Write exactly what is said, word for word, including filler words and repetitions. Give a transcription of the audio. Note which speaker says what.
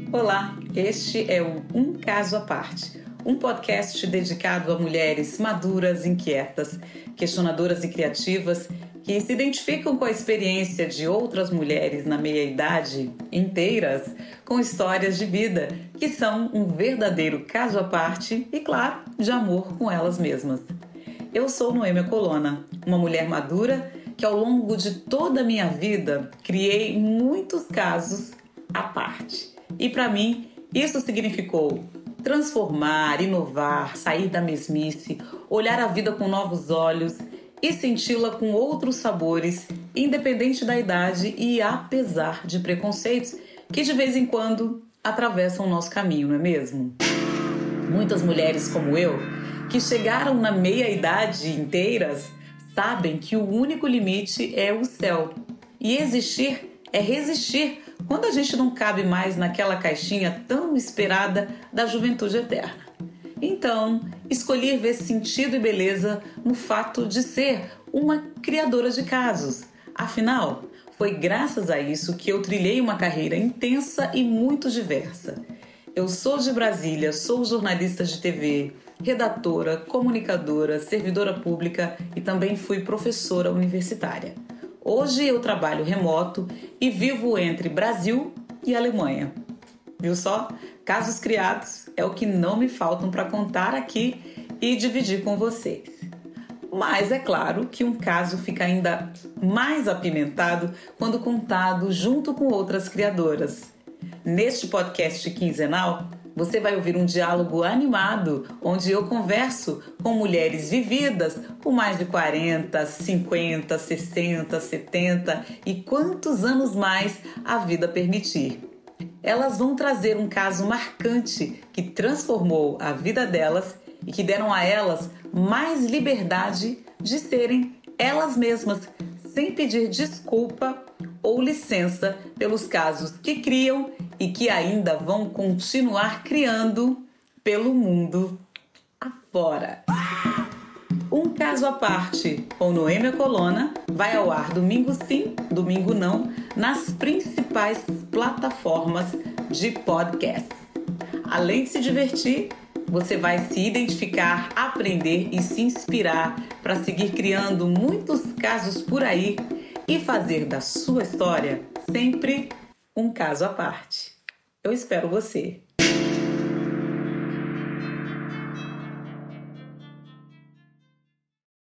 Speaker 1: Olá, este é o Um Caso à Parte, um podcast dedicado a mulheres maduras, inquietas, questionadoras e criativas que se identificam com a experiência de outras mulheres na meia-idade inteiras, com histórias de vida que são um verdadeiro caso à parte e, claro, de amor com elas mesmas. Eu sou Noêmia Colonna, uma mulher madura que ao longo de toda a minha vida criei muitos casos à parte. E para mim, isso significou transformar, inovar, sair da mesmice, olhar a vida com novos olhos e senti-la com outros sabores, independente da idade e apesar de preconceitos que de vez em quando atravessam o nosso caminho, não é mesmo? Muitas mulheres como eu, que chegaram na meia-idade inteiras, sabem que o único limite é o céu. E existir é resistir quando a gente não cabe mais naquela caixinha tão esperada da juventude eterna. Então, escolhi ver sentido e beleza no fato de ser uma criadora de casos. Afinal, foi graças a isso que eu trilhei uma carreira intensa e muito diversa. Eu sou de Brasília, sou jornalista de T V, redatora, comunicadora, servidora pública e também fui professora universitária. Hoje eu trabalho remoto e vivo entre Brasil e Alemanha. Viu só? Casos criados é o que não me faltam para contar aqui e dividir com vocês. Mas é claro que um caso fica ainda mais apimentado quando contado junto com outras criadoras. Neste podcast quinzenal, você vai ouvir um diálogo animado, onde eu converso com mulheres vividas com mais de quarenta, cinquenta, sessenta, setenta e quantos anos mais a vida permitir. Elas vão trazer um caso marcante que transformou a vida delas e que deram a elas mais liberdade de serem elas mesmas, sem pedir desculpa ou licença pelos casos que criam e que ainda vão continuar criando pelo mundo afora. Um Caso à Parte, com Noêmia Colonna, vai ao ar domingo sim, domingo não, nas principais plataformas de podcast. Além de se divertir, você vai se identificar, aprender e se inspirar para seguir criando muitos casos por aí e fazer da sua história sempre um caso à parte. Eu espero você.